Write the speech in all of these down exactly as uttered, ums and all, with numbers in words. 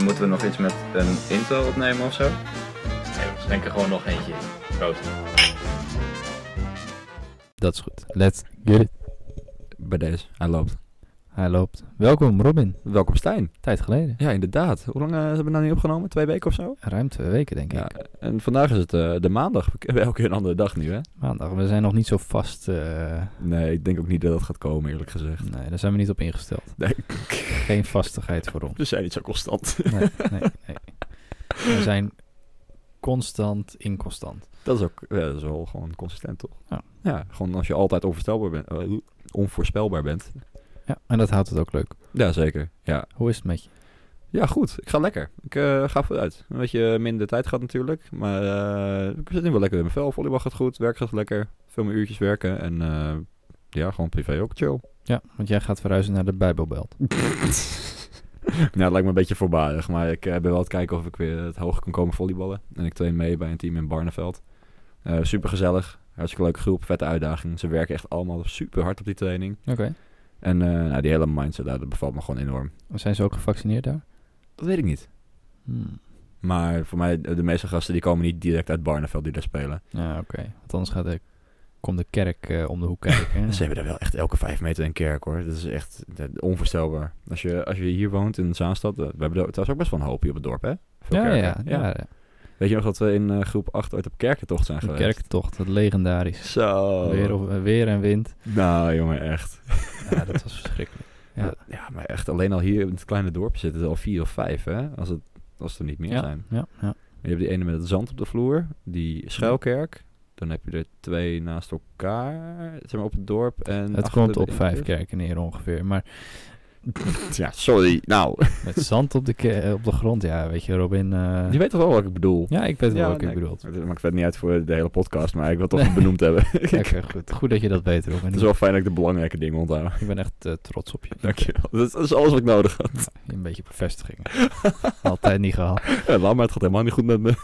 Moeten we nog iets met een intro opnemen of zo? Nee, we schenken gewoon nog eentje in. Proost. Dat is goed. Let's get it. Bij deze. Hij loopt. Hij loopt. Welkom Robin. Welkom Stijn. Tijd geleden. Ja, inderdaad. Hoe lang uh, hebben we nou niet opgenomen? Twee weken of zo? Ruim twee weken denk Ja, ik. en vandaag is het uh, de maandag. We hebben elke keer een andere dag nu, hè? Maandag. We zijn nog niet zo vast. Uh... Nee, ik denk ook niet dat dat gaat komen, eerlijk gezegd. Nee, daar zijn we niet op ingesteld. Nee. Geen vastigheid voor ons. We zijn niet zo constant. Nee, nee, nee. We zijn constant inconstant. Dat is ook ja, dat is wel gewoon consistent, toch? Ja. Ja, gewoon als je altijd onvoorspelbaar bent, uh, onvoorspelbaar bent. Ja, en dat houdt het ook leuk. Ja, zeker. Ja. Hoe is het met je? Ja, goed. Ik ga lekker. Ik uh, ga vooruit. Een beetje minder tijd gehad natuurlijk. Maar uh, ik zit nu wel lekker in mijn vel. Volleybal gaat goed. Werk gaat lekker. Veel meer uurtjes werken. En uh, ja, gewoon privé ook chill. Ja, want jij gaat verhuizen naar de Bijbelbelt. Nou, dat lijkt me een beetje voorbarig. Maar ik uh, ben wel aan het kijken of ik weer het hoger kan komen volleyballen. En ik train mee bij een team in Barneveld. Uh, super gezellig. Hartstikke leuke groep. Vette uitdaging. Ze werken echt allemaal super hard op die training. Oké. Okay. En uh, nou, die hele mindset daar, dat bevalt me gewoon enorm. Zijn ze ook gevaccineerd daar? Dat weet ik niet. Hmm. Maar voor mij, de meeste gasten die komen niet direct uit Barneveld die daar spelen. Ja, oké. Okay. Want anders gaat de, komt de kerk uh, om de hoek kijken. Ze hebben daar wel echt elke vijf meter een kerk, hoor. Dat is echt dat, onvoorstelbaar. Als je, als je hier woont in Zaanstad, we hebben er trouwens ook best wel een hoop hier op het dorp, hè? Veel ja, ja, ja, ja. ja. Weet je nog dat we in uh, groep acht ooit op kerkentocht zijn een geweest? Kerkentocht, dat legendarisch. Zo. Weer, of, weer en wind. Nou, jongen, echt. Ja, dat was verschrikkelijk. Ja. ja, maar echt alleen al hier in het kleine dorp zitten er al vier of vijf, hè? Als het, als het er niet meer ja, zijn. Ja, ja. Je hebt die ene met het zand op de vloer, die schuilkerk. Dan heb je er twee naast elkaar, zeg maar op het dorp. En het komt op vijf kerken neer ongeveer, maar... Ja, sorry, nou. Met zand op de, ke- op de grond, ja, weet je, Robin... Uh... Je weet toch wel wat ik bedoel? Ja, ik weet wel ja, wat nee, ik bedoel. Het maakt verder niet uit voor de hele podcast, maar ik wil het toch benoemd hebben. Lekker, goed. Goed dat je dat weet, Robin. Het is wel fijn dat ik de belangrijke dingen onthoud. Ik ben echt uh, trots op je. Dankjewel. Dat is, dat is alles wat ik nodig had. Ja, een beetje bevestiging. Altijd niet gehad. Ja, laat maar, het gaat helemaal niet goed met me.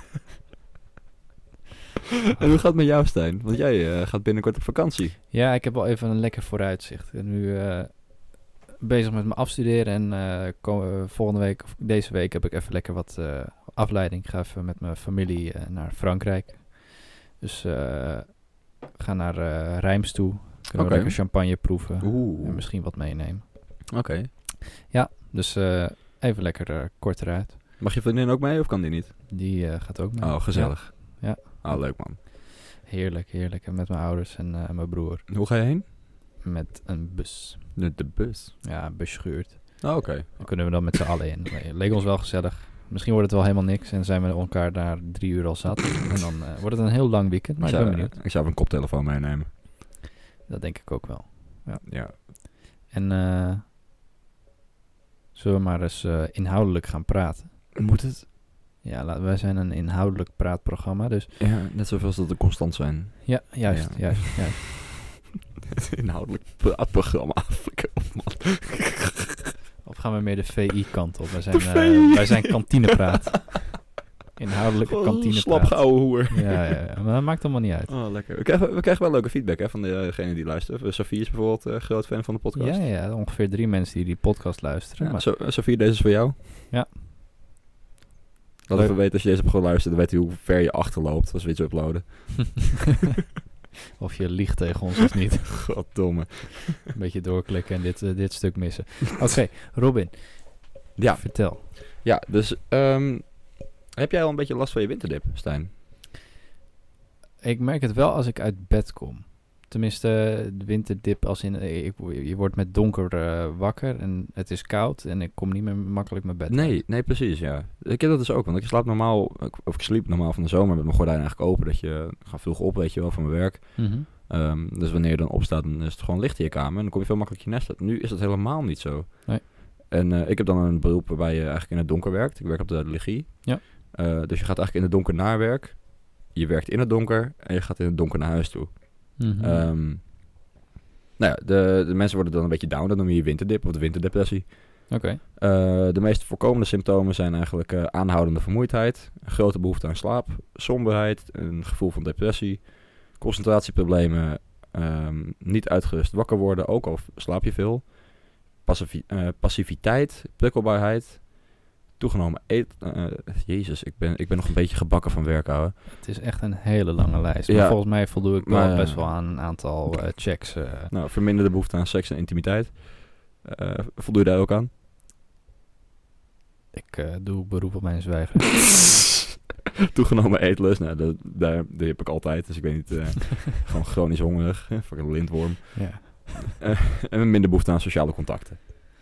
En hoe gaat het met jou, Stijn? Want jij uh, gaat binnenkort op vakantie. Ja, ik heb wel even een lekker vooruitzicht. Ik ben nu uh, bezig met mijn afstuderen en uh, kom, uh, volgende week, of deze week, heb ik even lekker wat uh, afleiding. Ik ga even met mijn familie uh, naar Frankrijk. Dus uh, ga naar uh, Reims toe. Kunnen we okay. lekker champagne proeven. Oeh. En misschien wat meenemen. Oké. Okay. Ja, dus uh, even lekker uh, kort eruit. Mag je vriendin ook mee of kan die niet? Die uh, gaat ook mee. Oh, gezellig. Ja. ja. Oh, leuk man. Heerlijk, heerlijk. En met mijn ouders en uh, mijn broer. Hoe ga je heen? Met een bus. De, de bus? Ja, een bus schuurt. Oh, oké. Okay. Dan kunnen we dan met z'n allen in. Nee, leek ons wel gezellig. Misschien wordt het wel helemaal niks en zijn we elkaar daar drie uur al zat. En dan uh, wordt het een heel lang weekend, maar ik, ik ben zou, benieuwd. Ik zou een koptelefoon meenemen. Dat denk ik ook wel. Ja. ja. En uh, zullen we maar eens uh, inhoudelijk gaan praten? Moet het? Ja, la- wij zijn een inhoudelijk praatprogramma, dus... Ja, net zoveel als dat er constant zijn. Ja, juist, ja. juist, juist. Inhoudelijk praatprogramma. Flikker op, man. Of gaan we meer de V I-kant op? Wij zijn, uh, wij zijn kantinepraat. Inhoudelijke oh, kantinepraat. Slap geouwe hoer. Ja, ja, ja, maar dat maakt allemaal niet uit. Oh, lekker. We krijgen, we krijgen wel leuke feedback hè, van degene die luisteren. Sophie is bijvoorbeeld een uh, groot fan van de podcast. Ja, ja, ongeveer drie mensen die die podcast luisteren. Ja, maar... so, Sophie, deze is voor jou. Ja. Laat even weten als je deze hebt geluisterd, dan weet je hoe ver je achterloopt als we iets uploaden. Of je liegt tegen ons of niet. Goddomme. Een beetje doorklikken en dit, uh, dit stuk missen. Oké, okay, Robin. Ja. Vertel. Ja, dus um, heb jij al een beetje last van je winterdip, Stijn? Ik merk het wel als ik uit bed kom. Tenminste, de winterdip als in... Ik, je wordt met donker uh, wakker en het is koud en ik kom niet meer makkelijk mijn bed Nee, uit. nee, precies, ja. Ik heb dat dus ook, want ik slaap normaal... Of ik sliep normaal van de zomer met mijn gordijn eigenlijk open. Dat je gaat vroeg op, weet je wel, van mijn werk. Mm-hmm. Um, dus wanneer je dan opstaat, dan is het gewoon licht in je kamer. En dan kom je veel makkelijker je nest uit. Nu is dat helemaal niet zo. Nee. En uh, ik heb dan een beroep waarbij je eigenlijk in het donker werkt. Ik werk op de regie. Ja. Uh, dus je gaat eigenlijk in het donker naar werk. Je werkt in het donker en je gaat in het donker naar huis toe. Mm-hmm. Um, nou ja, de, de mensen worden dan een beetje down. Dat noem je je winterdip of de winterdepressie. Oké. Okay. Uh, de meest voorkomende symptomen zijn eigenlijk uh, aanhoudende vermoeidheid, een grote behoefte aan slaap, somberheid, een gevoel van depressie, concentratieproblemen, um, niet uitgerust wakker worden, ook al slaap je veel, Passivi- uh, passiviteit, prikkelbaarheid, Toegenomen eet... Uh, jezus, ik ben, ik ben nog een beetje gebakken van werk, ouwe. Het is echt een hele lange lijst. Maar Ja. volgens mij voldoe ik wel Maar, best uh, wel aan een aantal uh, checks. Uh. Nou, verminderde behoefte aan seks en intimiteit. Uh, voldoe je daar ook aan? Ik uh, doe beroep op mijn zwijgen. Toegenomen eetlust, nou, dat, daar, die heb ik altijd. Dus ik weet niet, uh, gewoon chronisch hongerig. Fucking lintworm. Ja. Uh, en minder behoefte aan sociale contacten.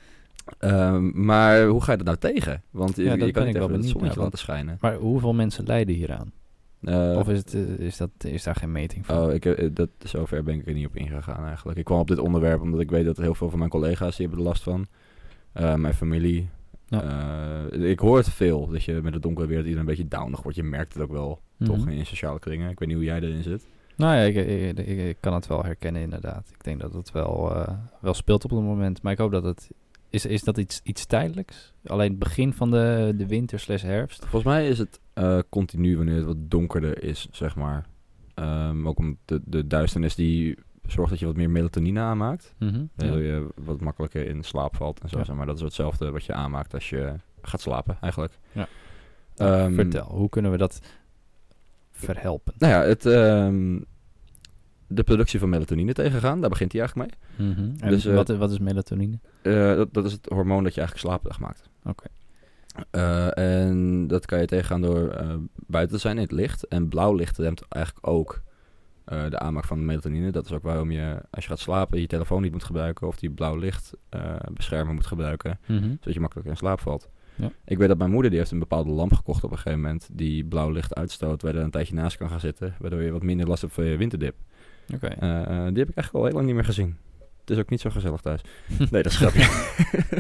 Um, maar hoe ga je dat nou tegen? Want je, Ja, dat je kan ben niet ik wel even het benieuwd zonnetje naar, laten schijnen. Maar hoeveel mensen lijden hieraan? Uh, Of is, het, uh, is, dat, is daar geen meting van? Oh, ik, uh, dat, zover ben ik er niet op ingegaan eigenlijk. Ik kwam op dit onderwerp omdat ik weet dat heel veel van mijn collega's die hebben er last van. Uh, mijn familie. Ja. Uh, ik hoor het veel, dat je met de donkere wereld iedereen een beetje downig wordt. Je merkt het ook wel, Mm-hmm. toch, in sociale kringen. Ik weet niet hoe jij erin zit. Nou ja, ik, ik, ik, ik kan het wel herkennen inderdaad. Ik denk dat het wel, uh, wel speelt op het moment. Maar ik hoop dat het... Is, is dat iets, iets tijdelijks? Alleen het begin van de, de winter slash herfst? Volgens mij is het uh, continu wanneer het wat donkerder is, zeg maar. Um, ook om de, de duisternis die zorgt dat je wat meer melatonine aanmaakt. Mm-hmm. Ja. Ja. Dat je wat makkelijker in slaap valt en zo. Ja. Zeg maar dat is hetzelfde wat je aanmaakt als je gaat slapen, eigenlijk. Ja. Um, Vertel, hoe kunnen we dat verhelpen? Nou ja, het, um, de productie van melatonine tegengaan, daar begint hij eigenlijk mee. Mm-hmm. En Dus, uh, wat, wat is melatonine? Uh, dat, dat is het hormoon dat je eigenlijk slaperig maakt. Oké. Okay. Uh, en dat kan je tegengaan door uh, buiten te zijn in het licht. En blauw licht remt eigenlijk ook uh, de aanmaak van melatonine. Dat is ook waarom je, als je gaat slapen, je telefoon niet moet gebruiken. Of die blauw licht uh, beschermer moet gebruiken. Mm-hmm. Zodat je makkelijker in slaap valt. Ja. Ik weet dat mijn moeder, die heeft een bepaalde lamp gekocht op een gegeven moment. Die blauw licht uitstoot, waar je er een tijdje naast kan gaan zitten. Waardoor je wat minder last hebt van je winterdip. Oké. Okay. Uh, die heb ik eigenlijk al heel lang niet meer gezien. Het is ook niet zo gezellig thuis. Nee, dat is grapje.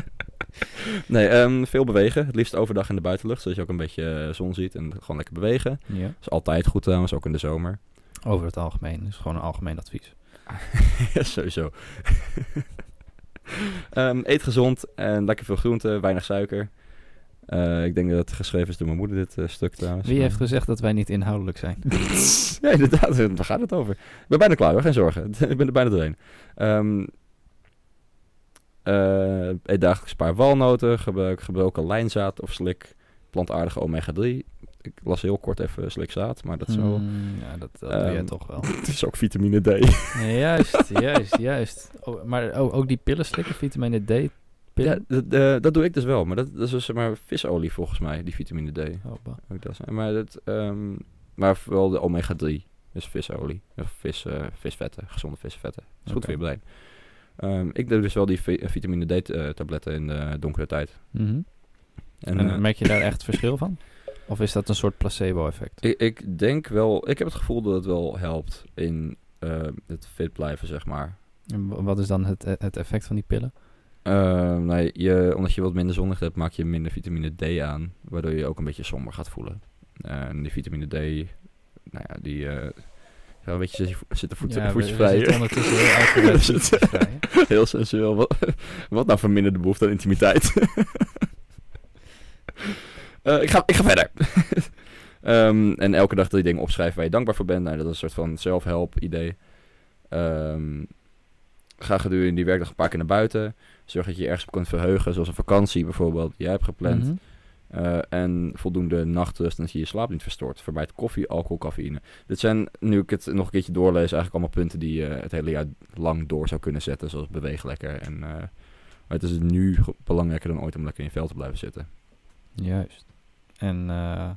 nee, um, veel bewegen. Het liefst overdag in de buitenlucht, zodat je ook een beetje uh, zon ziet en gewoon lekker bewegen. Ja. Dat is altijd goed trouwens, ook in de zomer. Over het algemeen, dus gewoon een algemeen advies. Ja, sowieso. um, eet gezond en lekker veel groente, weinig suiker. Uh, ik denk dat het geschreven is door mijn moeder, dit uh, stuk trouwens. Wie heeft gezegd dat wij niet inhoudelijk zijn? Ja, inderdaad, waar gaat het over? Ik ben bijna klaar hoor, geen zorgen. Ik ben er bijna doorheen. Um, uh, eet dagelijks een paar walnoten, gebruik gebroken lijnzaad of slik plantaardige omega drie. Ik las heel kort even slikzaad, maar dat is wel... Mm, ja, dat, dat um, doe jij toch wel. Het is ook vitamine D. Juist, juist, juist. Oh, maar oh, ook die pillen slikken, vitamine D? Ja, dat, uh, dat doe ik dus wel, maar dat, dat is dus, zeg maar visolie volgens mij, die vitamine D. Oh, Ook dat zijn. Maar, dat, um, maar vooral de omega drie, dus visolie, of vis, uh, visvetten, gezonde visvetten. Dat is goed Okay. voor je brein. Um, ik doe dus wel die vi- vitamine D uh, tabletten in de donkere tijd. Mm-hmm. En, En uh, merk je daar echt verschil van? Of is dat een soort placebo-effect? ik, ik denk wel, ik heb het gevoel dat het wel helpt in uh, het fit blijven, zeg maar. En w- wat is dan het, het effect van die pillen? Uh, nee, je, omdat je wat minder zonlicht hebt, maak je minder vitamine D aan, waardoor je je ook een beetje somber gaat voelen. Uh, en die vitamine D, nou ja, die uh, ja, een beetje zitten voet, Ja, voetjes we, we vrij. zitten ondertussen heel uitgebreid voetjes vrij. hè? Heel sensueel. Wat, wat nou verminderde behoefte aan intimiteit? uh, ik, ga, ik ga verder. um, en elke dag drie dingen opschrijven waar je dankbaar voor bent. Nou, dat is een soort van zelfhelp idee. Um, ga gedurende die werkdag een paar keer naar buiten. Zorg dat je je ergens op kunt verheugen, zoals een vakantie bijvoorbeeld, die jij hebt gepland. Mm-hmm. Uh, en voldoende nachtrust en dat je je slaap niet verstoort. Vermijd koffie, alcohol, cafeïne. Dit zijn, nu ik het nog een keertje doorlees, eigenlijk allemaal punten die je uh, het hele jaar lang door zou kunnen zetten. Zoals beweeg lekker. En, uh, maar het is nu ge- belangrijker dan ooit om lekker in je vel te blijven zitten. Juist. En uh,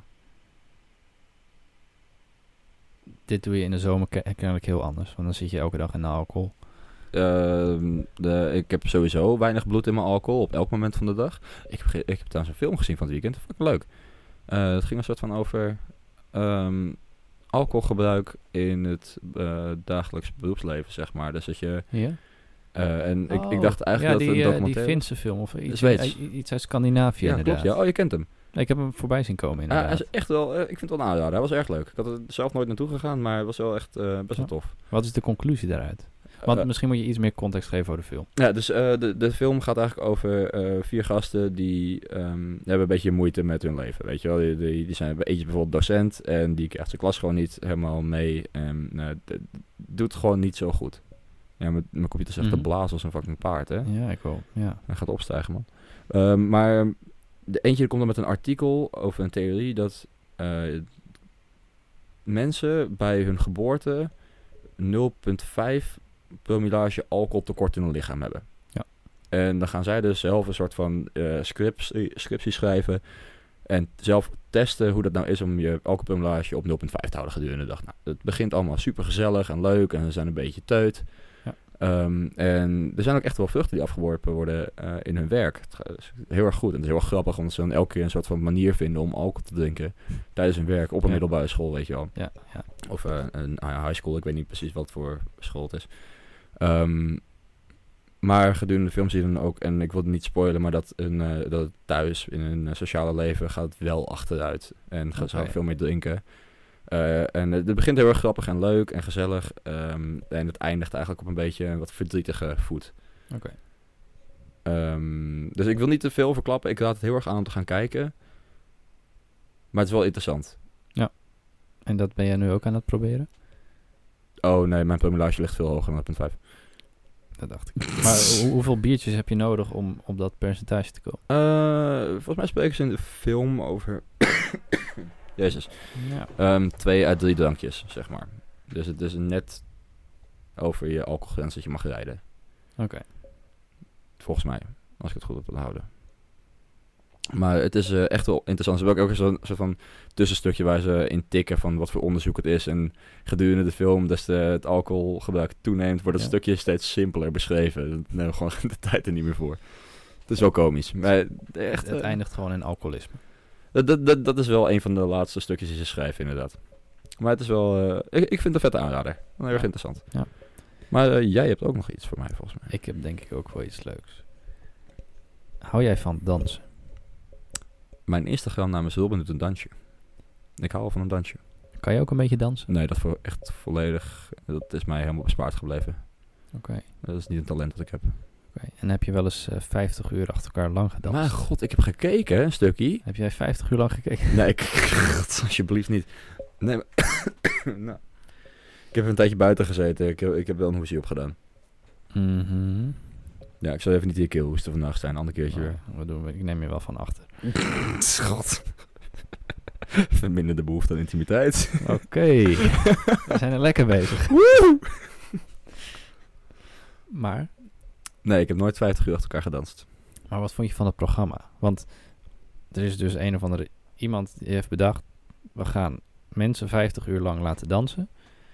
dit doe je in de zomer ke- kennelijk heel anders. Want dan zit je elke dag in de alcohol. Uh, de, ik heb sowieso weinig bloed in mijn alcohol op elk moment van de dag. Ik heb, ge- ik heb trouwens een film gezien van het weekend. Dat vond ik leuk. Uh, het ging een soort van over um, alcoholgebruik in het uh, dagelijks beroepsleven, zeg maar. Dus dat je... Ja? Uh, en ik, Oh, ik dacht eigenlijk ja, dat die, het een uh, documentaire... die Finse film of iets, Zweeds. uh, iets uit Scandinavië Ja, inderdaad. klopt. Ja, oh, je kent hem. Nee, ik heb hem voorbij zien komen Uh, inderdaad. hij is echt wel... Uh, ik vind het wel een aanrader. Hij was erg leuk. Ik had er zelf nooit naartoe gegaan, maar het was wel echt uh, best wel tof. Wat is de conclusie daaruit? Want Uh, misschien moet je iets meer context geven over de film. Ja, dus uh, de, de film gaat eigenlijk over uh, vier gasten die um, hebben een beetje moeite met hun leven, weet je wel. Die, die, die zijn eentje is bijvoorbeeld docent en die krijgt zijn klas gewoon niet helemaal mee en uh, d- doet gewoon niet zo goed. Ja, mijn, mijn computer zegt Mhm. te blazen als een fucking paard, hè. Ja, ik wel. Ja. Hij gaat opstijgen, man. Um, maar de eentje komt dan met een artikel over een theorie dat uh, mensen bij hun geboorte nul komma vijf promillage alcoholtekort in hun lichaam hebben. Ja. En dan gaan zij dus zelf een soort van uh, scriptie, scriptie schrijven en zelf testen hoe dat nou is om je alcoholpromillage op nul komma vijf te houden gedurende de dag. Nou, het begint allemaal super gezellig en leuk en ze zijn een beetje teut. Ja. Um, en er zijn ook echt wel vruchten die afgeworpen worden uh, in hun werk. Het is heel erg goed en het is heel erg grappig, omdat ze dan elke keer een soort van manier vinden om alcohol te drinken tijdens hun werk op een ja. middelbare school, weet je wel. Ja, ja. Of uh, een high school, ik weet niet precies wat voor school het is. Um, maar gedurende de film zie je dan ook, en ik wil het niet spoilen, maar dat, een, uh, dat thuis in hun uh, sociale leven gaat het wel achteruit. En gaan ze Okay. veel meer drinken. Uh, en het begint heel erg grappig en leuk en gezellig. Um, en het eindigt eigenlijk op een beetje een wat verdrietige voet. Oké. Um, dus ik wil niet te veel verklappen. Ik raad het heel erg aan om te gaan kijken. Maar het is wel interessant. En dat ben jij nu ook aan het proberen? Oh nee, mijn promillage ligt veel hoger dan nul komma vijf. Dat dacht ik. Maar hoe- hoeveel biertjes heb je nodig om op dat percentage te komen? Uh, volgens mij spreken ze in de film over... Jezus. Ja. Um, twee uit drie drankjes, zeg maar. Dus het is net over je alcoholgrens dat je mag rijden. Oké. Volgens mij, als ik het goed heb onthouden. Maar het is uh, echt wel interessant. Ze hebben ook zo'n soort van tussenstukje waar ze in tikken van wat voor onderzoek het is. En gedurende de film, des te het alcoholgebruik toeneemt, wordt het Ja. stukje steeds simpeler beschreven. Dan nemen we gewoon de tijd er niet meer voor. Het is wel komisch. Maar echt, Het uh, eindigt gewoon in alcoholisme. dat, dat, dat, dat is wel een van de laatste stukjes die ze schrijven, inderdaad. Maar het is wel... Uh, ik, ik vind het een vette aanrader. Heel erg Ja. interessant. Ja. Maar uh, jij hebt ook nog iets voor mij, volgens mij. Ik heb denk ik ook wel iets leuks. Hou jij van dansen? Mijn Instagram-naam is Robin doet een dansje. Ik hou wel van een dansje. Kan je ook een beetje dansen? Nee, dat voor echt volledig... Dat is mij helemaal bespaard gebleven. Oké. Dat is niet een talent dat ik heb. Oké. En heb je wel eens uh, vijftig uur achter elkaar lang gedanst? Maar god, ik heb gekeken, een stukje. Heb jij vijftig uur lang gekeken? Nee, ik, alsjeblieft niet. Nee, maar... nou. Ik heb een tijdje buiten gezeten. Ik heb, ik heb wel een hoesje opgedaan. Mhm. Ja, ik zal even niet in je keel hoesten vandaag zijn. Een ander keertje weer. Nou, wat doen we? Ik neem je wel van achter. Schat. Verminder de behoefte aan intimiteit. Oké. We zijn er lekker bezig. Maar, Nee, ik heb nooit vijftig uur achter elkaar gedanst. maar wat vond je van het programma? Want er is dus een of andere iemand die heeft bedacht, we gaan mensen vijftig uur lang laten dansen.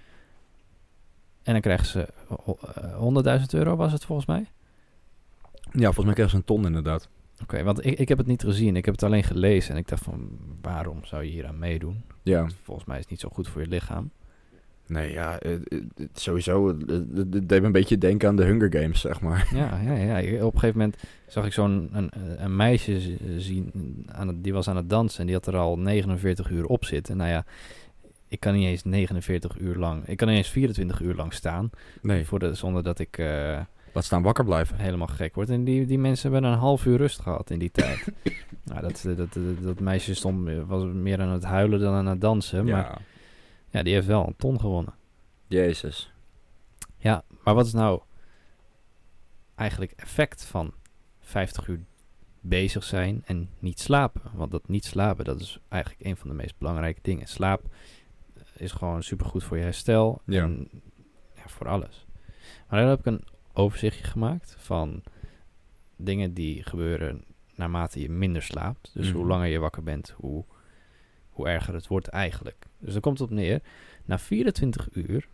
En dan krijgen ze ho- uh, honderdduizend euro, was het volgens mij? Ja, volgens mij kregen ze een ton inderdaad. Oké, want ik, ik heb het niet gezien. Ik heb het alleen gelezen. En ik dacht van, waarom zou je hier aan meedoen? Ja. Want volgens mij is het niet zo goed voor je lichaam. Nee, ja, uh, uh, sowieso. Het uh, uh, deed me een beetje denken aan de Hunger Games, zeg maar. Ja, ja, ja. Ik- Op een gegeven moment zag ik zo'n een, een meisje z- zien, aan het, die was aan het dansen en die had er al negenenveertig uur op zitten. Nou ja, ik kan niet eens negenenveertig uur lang, ik kan niet eens vierentwintig uur lang staan, Nee, voor de, zonder dat ik uh, laat staan wakker blijven. helemaal gek word. En die, die mensen hebben een half uur rust gehad in die tijd. Nou, dat, dat, dat, dat meisje stond, was meer aan het huilen dan aan het dansen, maar Ja, ja, die heeft wel een ton gewonnen. jezus. Ja, maar wat is nou eigenlijk effect van vijftig uur bezig zijn en niet slapen? Want dat niet slapen, dat is eigenlijk een van de meest belangrijke dingen. Slaap is gewoon supergoed voor je herstel Ja. en ja, voor alles. Maar dan heb ik een overzichtje gemaakt van dingen die gebeuren naarmate je minder slaapt. Dus Mhm. hoe langer je wakker bent, hoe, hoe erger het wordt eigenlijk. Dus dan komt het op neer, na vierentwintig uur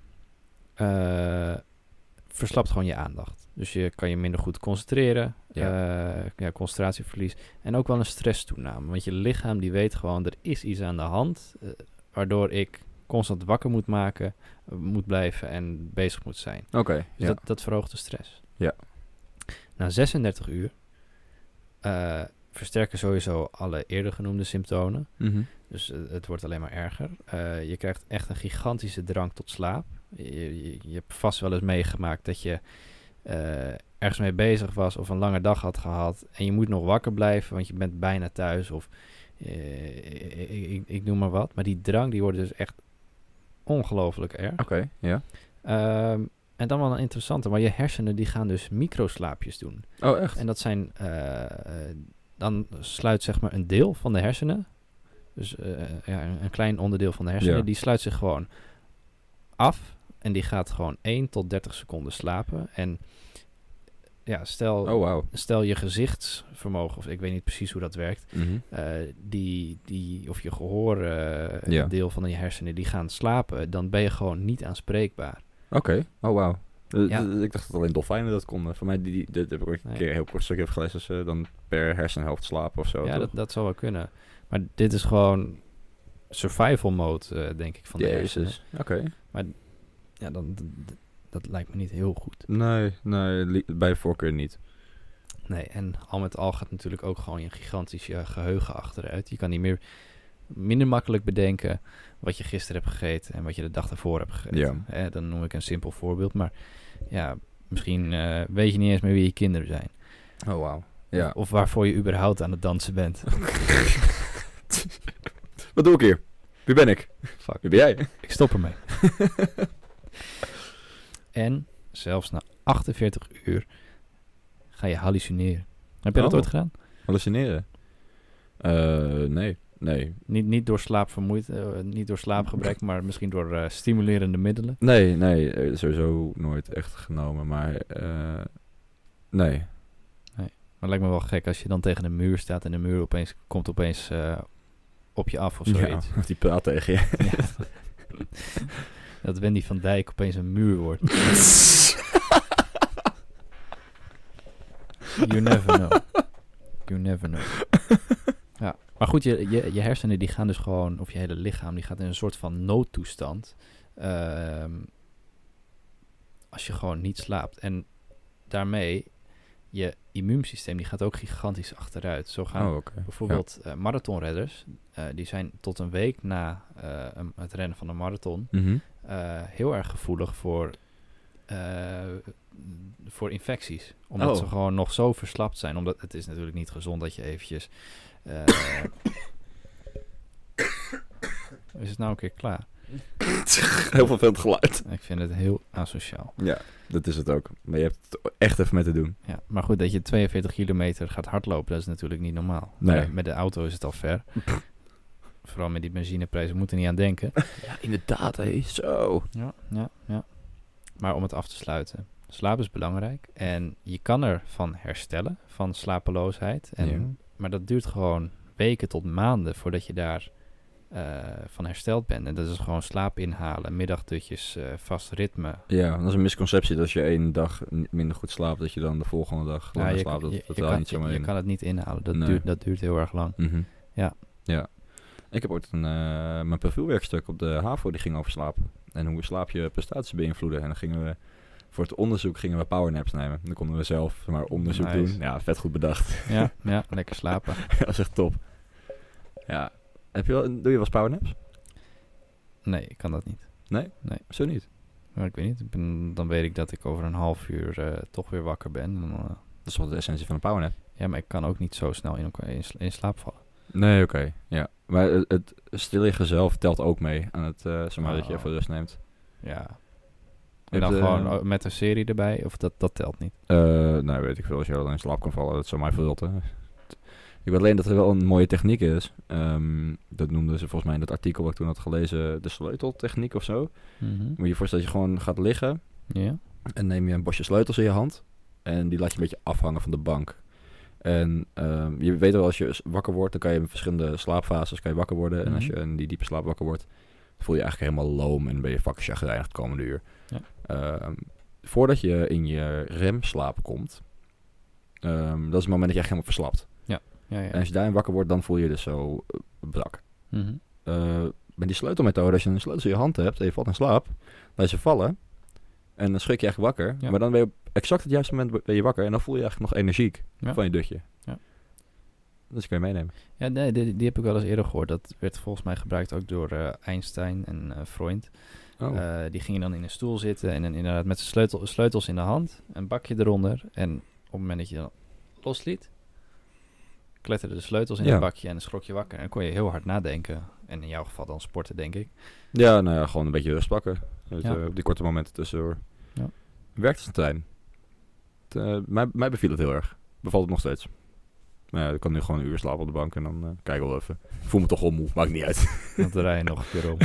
uh, verslapt gewoon je aandacht. Dus je kan je minder goed concentreren, Ja. uh, ja, concentratieverlies en ook wel een stresstoename. Want je lichaam die weet gewoon, er is iets aan de hand, uh, waardoor ik constant wakker moet maken, uh, moet blijven en bezig moet zijn. Oké, okay, Dus ja. dat, dat verhoogt de stress. Ja. Na zesendertig uur uh, versterken sowieso alle eerder genoemde symptomen. Mm-hmm. Dus uh, het wordt alleen maar erger. Uh, je krijgt echt een gigantische drang tot slaap. Je, je, je hebt vast wel eens meegemaakt dat je uh, ergens mee bezig was of een lange dag had gehad en je moet nog wakker blijven, want je bent bijna thuis of uh, ik, ik, ik noem maar wat. Maar die drang die wordt dus echt ongelooflijk erg. Oké, okay, ja. Um, en dan wel een interessante, maar je hersenen die gaan dus microslaapjes doen. Oh, echt? En dat zijn uh, dan sluit zeg maar een deel van de hersenen, dus uh, ja, een, een klein onderdeel van de hersenen, Ja. die sluit zich gewoon af en die gaat gewoon één tot dertig seconden slapen. En ja, stel, Oh, wauw. stel je gezichtsvermogen, of ik weet niet precies hoe dat werkt, Mhm. uh, die, die, of je gehoor, uh, Ja. een deel van je hersenen, die gaan slapen, dan ben je gewoon niet aanspreekbaar. Oké, okay. Oh wauw. Uh, Ja. d- ik dacht dat alleen dolfijnen dat konden. Voor mij, die, die, dit heb ik ook een Nee. keer een heel kort stukje heb gelezen, dat ze dan per hersenhelft slapen of zo. Ja, toch? dat, dat zou wel kunnen. Maar dit is gewoon survival mode, uh, denk ik, van de hersenen. Jezus. Oké. Ja, dan, d- d- dat lijkt me niet heel goed. Nee, nee, li- bij voorkeur niet. Nee, en al met al gaat natuurlijk ook gewoon je gigantisch je geheugen achteruit. Je kan niet meer minder makkelijk bedenken wat je gisteren hebt gegeten en wat je de dag daarvoor hebt gegeten. Ja. Eh, dan noem ik een simpel voorbeeld, maar ja, misschien uh, weet je niet eens meer wie je kinderen zijn. Oh, wauw. Ja. Of, of waarvoor je überhaupt aan het dansen bent. Wat doe ik hier? Wie ben ik? Fuck. Wie ben jij? Ik stop ermee. En zelfs na achtenveertig uur ga je hallucineren. Heb je dat Oh. ooit gedaan? Hallucineren? Uh, nee, nee. Niet, niet door slaapvermoeid, uh, niet door slaapgebrek, maar misschien door uh, stimulerende middelen. Nee, nee, eh, sowieso nooit echt genomen, maar uh, nee. Maar het lijkt me wel gek als je dan tegen een muur staat en de muur opeens komt opeens uh, op je af of Ja, zoiets. of die praat tegen je. Ja. Dat Wendy van Dijk opeens een muur wordt. You never know. You never know. Ja. Maar goed, je, je, je hersenen die gaan dus gewoon, of je hele lichaam, die gaat in een soort van noodtoestand. Uh, als je gewoon niet slaapt. En daarmee, je immuunsysteem, die gaat ook gigantisch achteruit. Zo gaan Oh, okay. bijvoorbeeld ja. uh, marathonredders, uh, die zijn tot een week na uh, um, het rennen van een marathon Mm-hmm. uh, heel erg gevoelig voor, uh, voor infecties. Omdat oh. ze gewoon nog zo verslapt zijn. Omdat het is natuurlijk niet gezond dat je eventjes... Uh, is het nou een keer klaar? Heel veel veel geluid. Ik vind het heel asociaal. Ja, dat is het ook. Maar je hebt het echt even mee te doen. Ja, maar goed, dat je tweeënveertig kilometer gaat hardlopen, dat is natuurlijk niet normaal. Nee. Maar met de auto is het al ver. Vooral met die benzineprijzen, we moeten niet aan denken. Ja, inderdaad, hé. Zo. Ja, ja, ja. Maar om het af te sluiten. Slaap is belangrijk. En je kan ervan herstellen, van slapeloosheid. En, ja. Maar dat duurt gewoon weken tot maanden voordat je daar uh, van hersteld bent. En dat is gewoon slaap inhalen, middagdutjes, uh, vast ritme. Ja, dat is een misconceptie dat als je één dag minder goed slaapt, dat je dan de volgende dag langer ja, je, slaapt. Dat, je, dat je, wel kan, niet zomaar je, je in. kan het niet inhalen. Dat, Nee. duurt, dat duurt heel erg lang. Mm-hmm. Ja. Ja. Ik heb ooit een, uh, mijn profielwerkstuk op de HAVO, die ging over slaap. En hoe slaap je prestaties beïnvloeden. En dan gingen we, voor het onderzoek gingen we powernaps nemen. Dan konden we zelf maar onderzoek Nice. doen. Ja, vet goed bedacht. Ja, ja, lekker slapen. Dat is echt top. Ja. Heb je wel, doe je wel eens powernaps? Nee, ik kan dat niet. Nee? Nee. Zo niet? Maar ik weet niet. Ik ben, dan weet ik dat ik over een half uur uh, toch weer wakker ben. En, uh, Dat is wel de essentie van een powernap. ja, maar ik kan ook niet zo snel in, elkaar, in, sla- in slaap vallen. Nee, oké. Okay. Ja. Maar het, het stilliggen zelf telt ook mee aan het, uh, zeg maar, Oh. dat je even rust neemt. Ja. Je En dan hebt, gewoon uh, uh, met een serie erbij? Of dat, dat telt niet? Uh, nou, weet ik veel. Als je al in slaap kan vallen, dat zou mij verrotten. Ik weet alleen dat er wel een mooie techniek is. Um, dat noemden ze volgens mij in dat artikel wat ik toen had gelezen, de sleuteltechniek of zo. Mm-hmm. Moet je je voorstellen dat je gewoon gaat liggen Ja. en neem je een bosje sleutels in je hand en die laat je een beetje afhangen van de bank. En um, je weet wel, als je wakker wordt, dan kan je in verschillende slaapfases kan je wakker worden. Mm-hmm. En als je in die diepe slaap wakker wordt, voel je eigenlijk helemaal loom en dan ben je fucking chagrijnig het komende uur. Ja. Um, voordat je in je remslaap komt, um, dat is het moment dat je echt helemaal verslapt. Ja. Ja, ja. En als je daarin wakker wordt, dan voel je je dus zo uh, brak. Mm-hmm. Uh, met die sleutelmethode, als je een sleutel in je hand hebt en je valt in slaap, laat je vallen en dan schrik je echt wakker. Ja. Maar dan ben je op exact het juiste moment ben je wakker en dan voel je eigenlijk nog energiek ja. van je dutje. Ja. Dus kun je meenemen. Ja, nee, die, die heb ik wel eens eerder gehoord. Dat werd volgens mij gebruikt ook door uh, Einstein en uh, Freud. Oh. Uh, die gingen dan in een stoel zitten en dan inderdaad met zijn sleutel, sleutels in de hand, een bakje eronder. En op het moment dat je dan losliet, kletterden de sleutels in ja. het bakje en dan schrok je wakker. En dan kon je heel hard nadenken. En in jouw geval dan sporten, denk ik. Ja, nou ja, gewoon een beetje rust pakken. Dus, ja. uh, op die korte momenten tussendoor. Ja. Werkt als een trein. Het, uh, mij, mij beviel het heel erg. Bevalt het nog steeds. Nou ja, ik kan nu gewoon een uur slapen op de bank en dan uh, kijk wel even. Ik voel me toch wel moe, maakt niet uit. Dan rij je nog een keer om.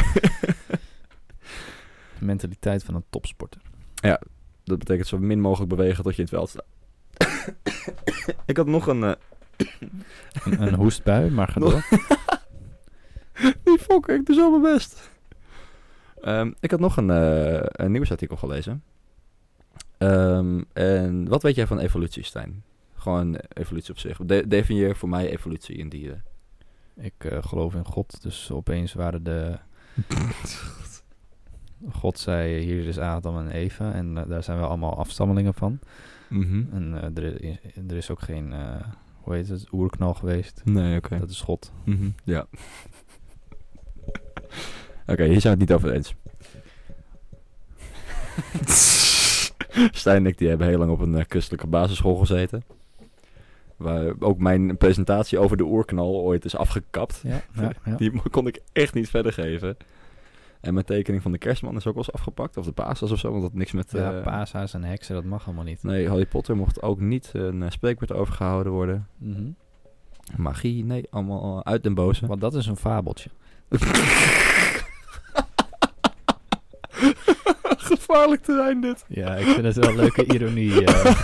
De mentaliteit van een topsporter. Ja, dat betekent zo min mogelijk bewegen tot je in het veld staat. Ik had nog een... Uh... een, een hoestbui, maar ga door. Die fokker, ik doe zo mijn best. Um, ik had nog een, uh, een nieuwsartikel gelezen. Um, en wat weet jij van evolutie, Stijn? Gewoon evolutie op zich. De- definieer voor mij evolutie in dieren. Ik uh, geloof in God, dus opeens waren de... God zei, hier is Adam en Eva en uh, daar zijn we allemaal afstammelingen van. Mm-hmm. En uh, er, is, er is ook geen, uh, hoe heet het, oerknal geweest. Nee, oké. Okay. Dat is God. Mm-hmm. Ja. Oké, okay, hier zijn we het niet over eens. Stijn en ik die hebben heel lang op een uh, christelijke basisschool gezeten. Waar ook mijn presentatie over de oerknal ooit is afgekapt. Ja, ja, ja. Die kon ik echt niet verder geven. En mijn tekening van de kerstman is ook wel eens afgepakt. Of de paashaas of zo, want dat had niks met... Ja, uh, paashaas en heksen, dat mag allemaal niet. Nee, Harry Potter mocht ook niet een uh, spreekwoord overgehouden worden. Mm-hmm. Magie, nee, allemaal uh, uit den boze. Want dat is een fabeltje. Gevaarlijk terrein dit. Ja, ik vind het wel een leuke ironie. Uh.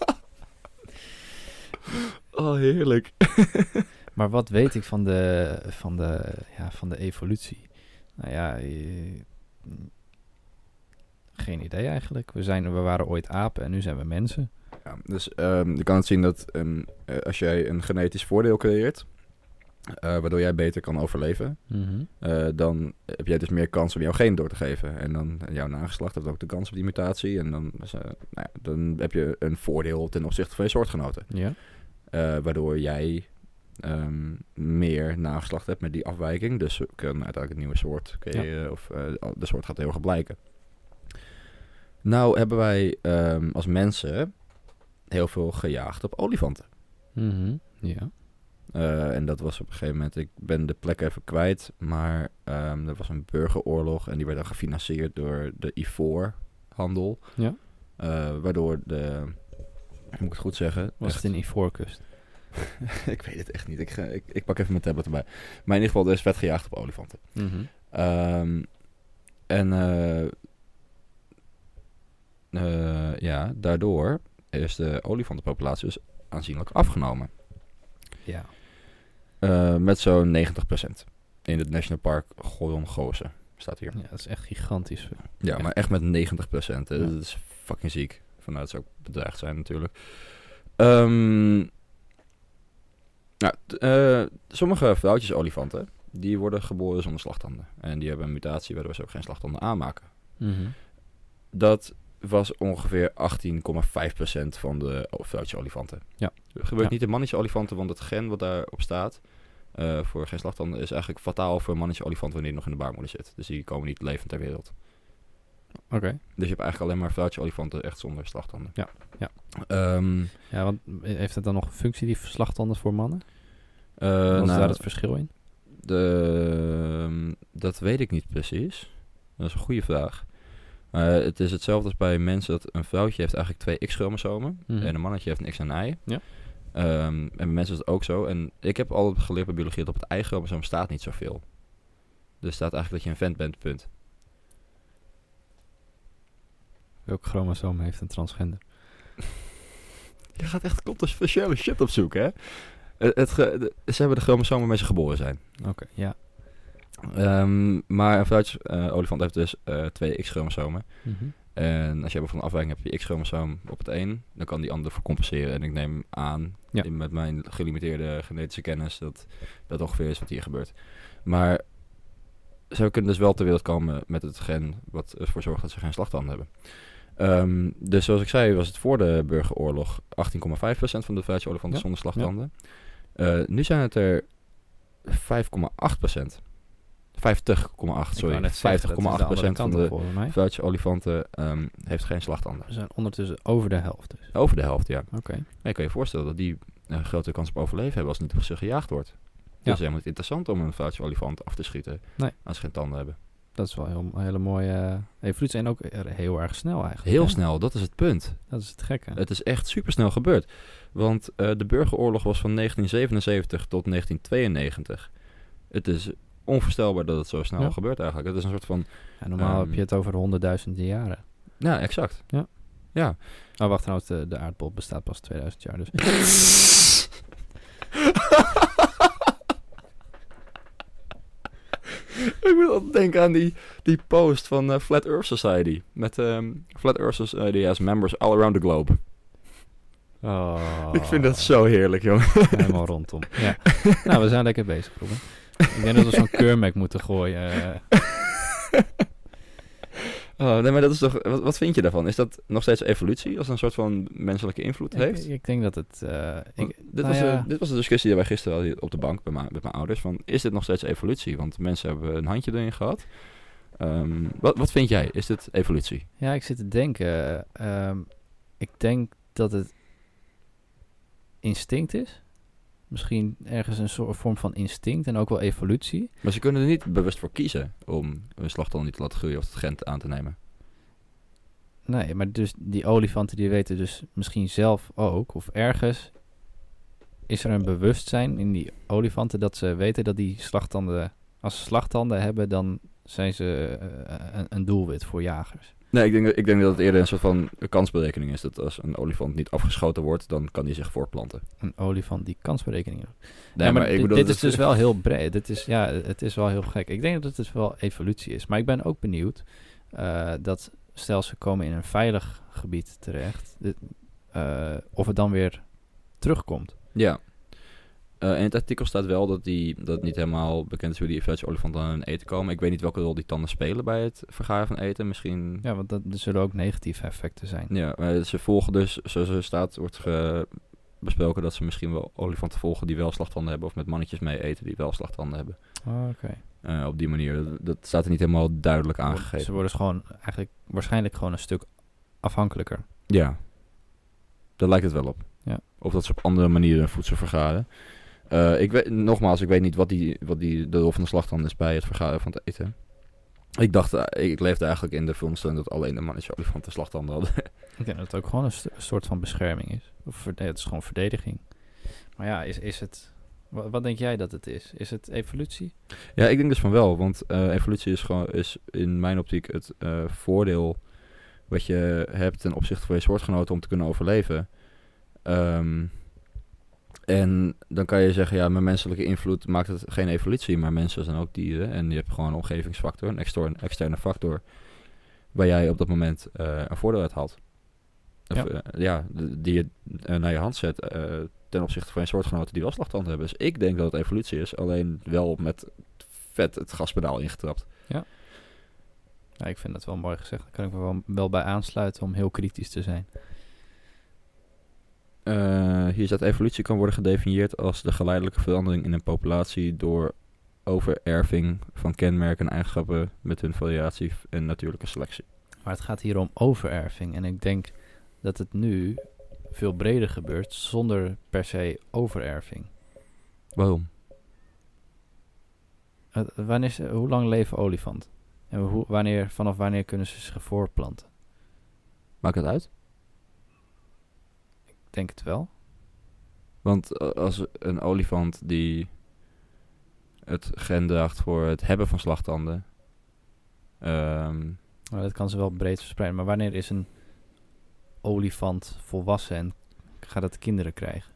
Oh, heerlijk. Maar wat weet ik van de, van de, ja, van de evolutie? Nou ja, eh, geen idee eigenlijk. We, zijn, we waren ooit apen en nu zijn we mensen. Ja, dus um, je kan het zien dat um, uh, als jij een genetisch voordeel creëert, uh, waardoor jij beter kan overleven, Mm-hmm. uh, dan heb jij dus meer kans om jouw genen door te geven. En dan jouw nageslacht heeft ook de kans op die mutatie. En dan, dus, uh, nou ja, dan heb je een voordeel ten opzichte van je soortgenoten. Ja. Uh, waardoor jij um, meer nageslacht hebt met die afwijking. Dus we kunnen uiteindelijk een nieuwe soort creëren. Ja. Of uh, de soort gaat heel erg blijken. Nou hebben wij um, als mensen heel veel gejaagd op olifanten. Mm-hmm. Ja. Uh, en dat was op een gegeven moment, ik ben de plek even kwijt, maar um, er was een burgeroorlog en die werd dan gefinancierd door de ivoorhandel. Ja. Uh, waardoor de, moet ik het goed zeggen? Was echt, het in Ivoorkust? ik weet het echt niet, ik, ga, ik, ik pak even mijn tablet erbij. Maar in ieder geval, er is vet gejaagd op olifanten. Mm-hmm. Um, en uh, uh, ja, daardoor is de olifantenpopulatie dus aanzienlijk afgenomen. Ja. Uh, met zo'n negentig procent. In het National Park Goyon-Goze staat hier. Ja, dat is echt gigantisch. Ja, echt. maar echt met negentig procent. Ja. Ja. Dat is fucking ziek. Vanuit ze ook bedreigd zijn natuurlijk. Um, nou, t- uh, sommige vrouwtjesolifanten, die worden geboren zonder slagtanden. En die hebben een mutatie waardoor ze ook geen slagtanden aanmaken. Mm-hmm. Dat was ongeveer achttien komma vijf procent van de vrouwtjesolifanten. Ja. Dat gebeurt Ja. niet in mannetjesolifanten, want het gen wat daarop staat uh, voor geen slagtanden is eigenlijk fataal voor een mannetjesolifant wanneer die nog in de baarmoeder zit. Dus die komen niet levend ter wereld. Oké. Okay. Dus je hebt eigenlijk alleen maar vrouwtjesolifanten echt zonder slagtanden. Ja, ja. Um, Ja, want heeft het dan nog een functie, die slagtanden voor mannen? Uh, Wat is nou, daar het verschil in? De, um, dat weet ik niet precies. Dat is een goede vraag. Uh, het is hetzelfde als bij mensen dat een vrouwtje heeft eigenlijk twee X-chromosomen. Mm-hmm. En een mannetje heeft een X en een Y. Ja. Um, en bij mensen is het ook zo. En ik heb altijd geleerd bij biologie dat op het Y-chromosoom staat niet zoveel. Dus staat eigenlijk dat je een vent bent, punt. Welk chromosoom heeft een transgender? Je gaat echt controversiële shit opzoeken, hè? Het, het ge, de, ze hebben de chromosomen waarmee ze geboren zijn. Oké, okay, ja. Um, maar een vrouwtjesolifant uh, heeft dus uh, twee X-chromosomen. Mm-hmm. En als je bijvoorbeeld een afwijking hebt, je X-chromosoom op het een, dan kan die ander voor compenseren. En ik neem aan, ja. in, met mijn gelimiteerde genetische kennis, dat dat ongeveer is wat hier gebeurt. Maar ze kunnen dus wel ter wereld komen met het gen wat ervoor zorgt dat ze geen slagtanden hebben. Um, dus zoals ik zei, was het voor de burgeroorlog achttien komma vijf procent van de vrouwtjesolifanten ja. zonder slagtanden. Ja. Uh, nu zijn het er vijf komma acht procent. vijftig komma acht, sorry. vijftig komma acht procent van de vrouwtjesolifanten um, heeft geen slagtanden. We zijn ondertussen over de helft dus. Over de helft, ja. Oké. Okay. Ja, je kan je voorstellen dat die een grote kans op overleven hebben als niet op ze gejaagd wordt. Ja. Dus het is helemaal niet interessant om een vrouwtjesolifant af te schieten nee. als ze geen tanden hebben. Dat is wel heel, een hele mooie uh, evolutie. En ook heel erg snel eigenlijk. Heel hè? snel, dat is het punt. Dat is het gekke. Het is echt supersnel gebeurd. Want uh, de burgeroorlog was van negentien zevenenzeventig tot negentien tweeënnegentig. Het is onvoorstelbaar dat het zo snel Ja. gebeurt eigenlijk. Het is een soort van... Ja, normaal um, heb je het over honderdduizenden jaren. Ja, exact. Ja. Ja. Oh, wacht trouwens, de, de aardbol bestaat pas tweeduizend jaar. Dus. Ik moet altijd denken aan die, die post van uh, Flat Earth Society. Met um, Flat Earth Society has members all around the globe. Oh. Ik vind dat zo heerlijk, jongen. Helemaal rondom. Ja. Nou, we zijn lekker bezig, Robin. Ik denk dat we zo'n keurmerk moeten gooien. Uh. Oh, nee, maar dat is toch... Wat, wat vind je daarvan? Is dat nog steeds evolutie als een soort van menselijke invloed heeft? Ik, ik denk dat het... Uh, ik, dit, nou was ja. de, dit was de discussie die wij gisteren hadden hier op de bank bij mijn, met mijn ouders. Van, is dit nog steeds evolutie? Want mensen hebben een handje erin gehad. Um, wat, wat vind jij? Is dit evolutie? Ja, ik zit te denken. Uh, um, ik denk dat het instinct is. Misschien ergens een soort vorm van instinct en ook wel evolutie. Maar ze kunnen er niet bewust voor kiezen om een slagtand niet te laten groeien of het gent aan te nemen. Nee, maar dus die olifanten die weten dus misschien zelf ook, of ergens is er een bewustzijn in die olifanten dat ze weten dat die slagtanden, als ze slagtanden hebben, dan zijn ze uh, een, een doelwit voor jagers. Nee, ik denk, ik denk dat het eerder een soort van kansberekening is. Dat als een olifant niet afgeschoten wordt, dan kan die zich voortplanten. Een olifant die kansberekeningen doet. Nee, ja, maar, maar ik dit, bedoel, dit dat is dus wel heel breed. Dit is, ja, het is wel heel gek. Ik denk dat het wel evolutie is. Maar ik ben ook benieuwd uh, dat stel ze komen in een veilig gebied terecht, dit, uh, of het dan weer terugkomt. Ja. Uh, in het artikel staat wel dat, die, dat het niet helemaal bekend is hoe die evolutie olifanten aan hun eten komen. Ik weet niet welke rol die tanden spelen bij het vergaren van eten. Misschien... Ja, want dat, er zullen ook negatieve effecten zijn. Ja, maar ze volgen dus, zoals er staat, wordt ge- besproken dat ze misschien wel olifanten volgen die wel slagtanden hebben. Of met mannetjes mee eten die wel slagtanden hebben. Oh, oké. Okay. Uh, op die manier. Dat, dat staat er niet helemaal duidelijk aangegeven. Ze worden dus gewoon eigenlijk waarschijnlijk gewoon een stuk afhankelijker. Ja. Daar lijkt het wel op. Ja. Of dat ze op andere manieren voedsel vergaren. Uh, ik weet, nogmaals, ik weet niet wat, die, wat die, de rol van de slagtand is bij het vergaren van het eten. Ik dacht, uh, ik leefde eigenlijk in de filmstelling dat alleen de mannetje olifanten slagtanden hadden. Ik denk dat het ook gewoon een, st- een soort van bescherming is. Of verde- het is gewoon verdediging. Maar ja, is, is het... Wat, wat denk jij dat het is? Is het evolutie? Ja, ik denk dus van wel. Want uh, evolutie is gewoon is in mijn optiek het uh, voordeel wat je hebt ten opzichte van je soortgenoten om te kunnen overleven. Um, en dan kan je zeggen, ja, met menselijke invloed maakt het geen evolutie, maar mensen zijn ook dieren. En je hebt gewoon een omgevingsfactor, een externe, externe factor, waar jij op dat moment uh, een voordeel uit haalt. Of, Ja. uh, ja, die je uh, naar je hand zet uh, ten opzichte van je soortgenoten die wel slagtanden hebben. Dus ik denk dat het evolutie is, alleen wel met vet het gaspedaal ingetrapt. Ja. Ja, ik vind dat wel mooi gezegd. Daar kan ik me wel, wel bij aansluiten om heel kritisch te zijn. Uh, hier staat evolutie kan worden gedefinieerd als de geleidelijke verandering in een populatie door overerving van kenmerken en eigenschappen met hun variatie en natuurlijke selectie. Maar het gaat hier om overerving. En ik denk dat het nu veel breder gebeurt zonder per se overerving. Waarom? Uh, wanneer, ze- hoe lang leven olifanten? En hoe, wanneer, vanaf wanneer kunnen ze zich voortplanten? Maakt het uit? Ik denk het wel. Want uh, als een olifant die het gen draagt voor het hebben van slagtanden. Um, Maar dat kan ze wel breed verspreiden. Maar wanneer is een olifant volwassen en gaat het kinderen krijgen?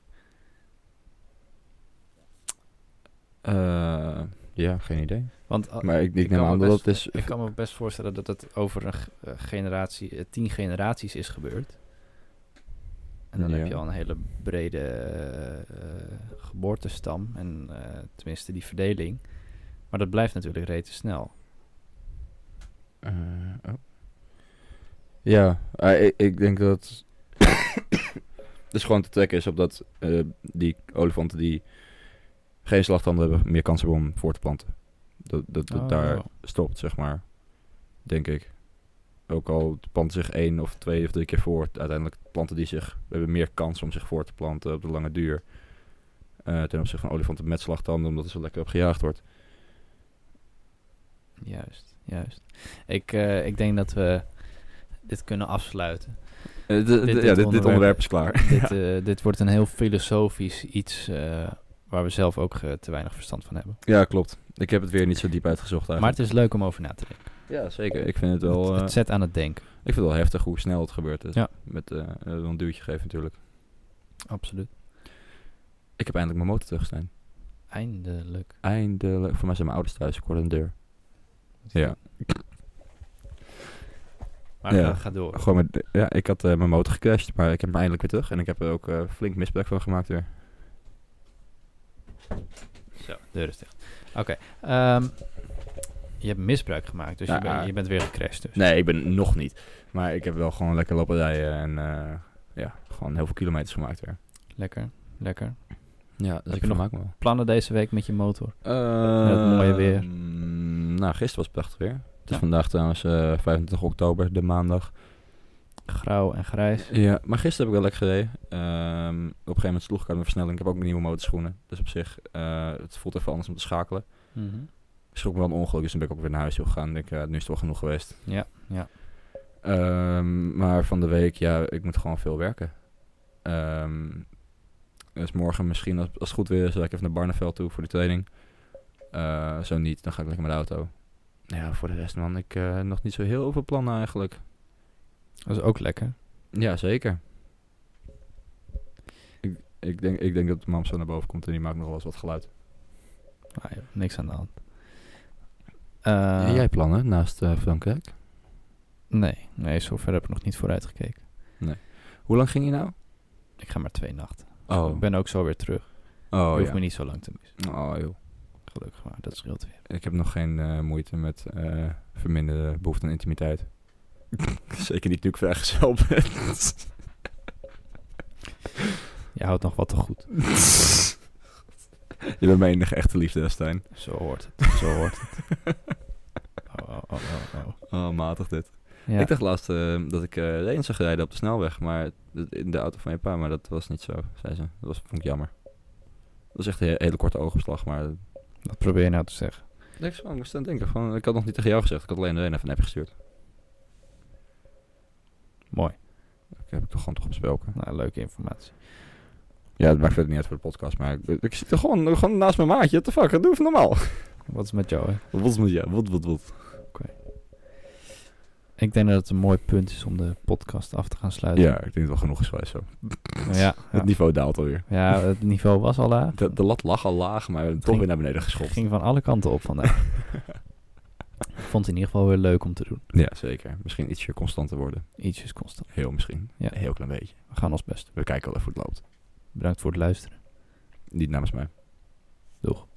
uh, ja, geen idee. Want uh, Maar ik, ik, ik neem kan me aan dat best- het is... ik kan me best voorstellen dat het over een g- uh, generatie, uh, tien generaties is gebeurd. En dan Ja. heb je al een hele brede uh, uh, geboortestam. En uh, tenminste die verdeling. Maar dat blijft natuurlijk rete snel. Uh, oh. Ja, uh, ik, ik denk dat dus gewoon te trekken is op dat uh, die olifanten die geen slagtanden hebben meer kans hebben om voor te planten. Dat, dat, dat Oh. daar stopt, zeg maar. Denk ik. Ook al planten zich één of twee of drie keer voort, uiteindelijk planten die zich, hebben meer kans om zich voor te planten op de lange duur. Uh, ten opzichte van olifanten met slagtanden, omdat er zo lekker op gejaagd wordt. Juist. juist. Ik, uh, ik denk dat we dit kunnen afsluiten. Uh, de, de, dit, dit, dit, ja, dit, onderwerp, dit onderwerp is klaar. dit, uh, dit wordt een heel filosofisch iets uh, waar we zelf ook uh, te weinig verstand van hebben. Ja, klopt. Ik heb het weer niet zo diep uitgezocht eigenlijk. Maar het is leuk om over na te denken. Ja, zeker. Ik vind het wel... Het, Uh, het zet aan het denken. Ik vind het wel heftig hoe snel het gebeurt is. Ja. Met uh, een duwtje geven natuurlijk. Absoluut. Ik heb eindelijk mijn motor terugstaan. Eindelijk. Eindelijk. Voor mij zijn mijn ouders thuis. Ik hoorde een deur. Ja. Maar ja. ga, ga door. Gewoon met, ja, ik had uh, mijn motor gecrashed, maar ik heb hem eindelijk weer terug. En ik heb er ook uh, flink misbruik van gemaakt weer. Zo, deur is dicht. Oké. Okay. Um, je hebt misbruik gemaakt, dus ja, je, ben, je bent weer gecrashed. Dus. Nee, ik ben nog niet. Maar ik heb wel gewoon lekker lopen rijden en uh, ja, gewoon heel veel kilometers gemaakt weer. Lekker, lekker. Ja, dus heb ik je nog wel. plannen deze week met je motor? Uh, met het mooie weer. Mm, nou, gisteren was het prachtig weer. Het is ja. vandaag trouwens uh, vijfentwintig oktober, de maandag. Grauw en grijs. Ja, maar gisteren heb ik wel lekker gereden. Um, op een gegeven moment sloeg ik uit mijn versnelling. Ik heb ook nieuwe motorschoenen. Dus op zich, uh, het voelt even anders om te schakelen. Mm-hmm. Ik schrok me wel een ongeluk, dus dan ben ik ook weer naar huis toe gegaan. Ik denk, uh, nu is het wel genoeg geweest. Ja, ja. Um, maar van de week, ja, ik moet gewoon veel werken. Um, dus morgen misschien, als, als het goed weer is, zal ik even naar Barneveld toe voor de training. Uh, zo niet, dan ga ik lekker met de auto. Ja, voor de rest man, ik uh, nog niet zo heel veel plannen eigenlijk. Dat is ook lekker. Ja, zeker. Ik, ik, denk, ik denk dat mam zo naar boven komt en die maakt nog wel eens wat geluid. Ah, joh, niks aan de hand. Uh, ja, jij plannen naast uh, Frankrijk? Nee, nee, zover heb ik nog niet vooruit gekeken. Nee. Hoe lang ging je nou? Ik ga maar twee nachten. Oh. Ik ben ook zo weer terug. Oh, je hoeft ja. me niet zo lang te missen. Oh, joh. Gelukkig maar, dat scheelt weer. Ik heb nog geen uh, moeite met uh, verminderde behoefte aan intimiteit. Zeker niet nu ik vrijgezel ben. Je houdt nog wat te goed. Je bent mijn enige echte liefde, Stijn. Zo hoort het, zo hoort het. Oh, oh, oh, oh, oh. Oh, matig dit. Ja. Ik dacht laatst uh, dat ik uh, Reen zag rijden op de snelweg, maar in de auto van je pa, maar dat was niet zo, zei ze. Dat was, vond ik jammer. Dat was echt een hele korte oogopslag, maar... Wat probeer je nou te zeggen? Ik, zo, ik moest aan het denken, van, ik had nog niet tegen jou gezegd, ik had alleen Reen even een app gestuurd. Mooi. Ik heb ik toch gewoon toch besproken. Nou, leuke informatie. Ja, het maakt verder niet uit voor de podcast, maar ik, ik zit er gewoon, gewoon naast mijn maatje. What the fuck, doe even normaal. Wat is met jou, hè? Wat is met jou? Wat, wat, wat? Oké. Okay. Ik denk dat het een mooi punt is om de podcast af te gaan sluiten. Ja, ik denk dat het wel genoeg is geweest zo. Ja, ja. Het niveau daalt alweer. Ja, het niveau was al laag. De, de lat lag al laag, maar toch ging, weer naar beneden geschopt. Het ging van alle kanten op vandaag. Ik vond het in ieder geval weer leuk om te doen. Ja, zeker. Misschien ietsje constanter worden. Ietsjes constant. Heel misschien. Ja. Een heel klein beetje. We gaan ons best. We kijken wel even hoe het loopt. Bedankt voor het luisteren. Niet namens mij. Doeg.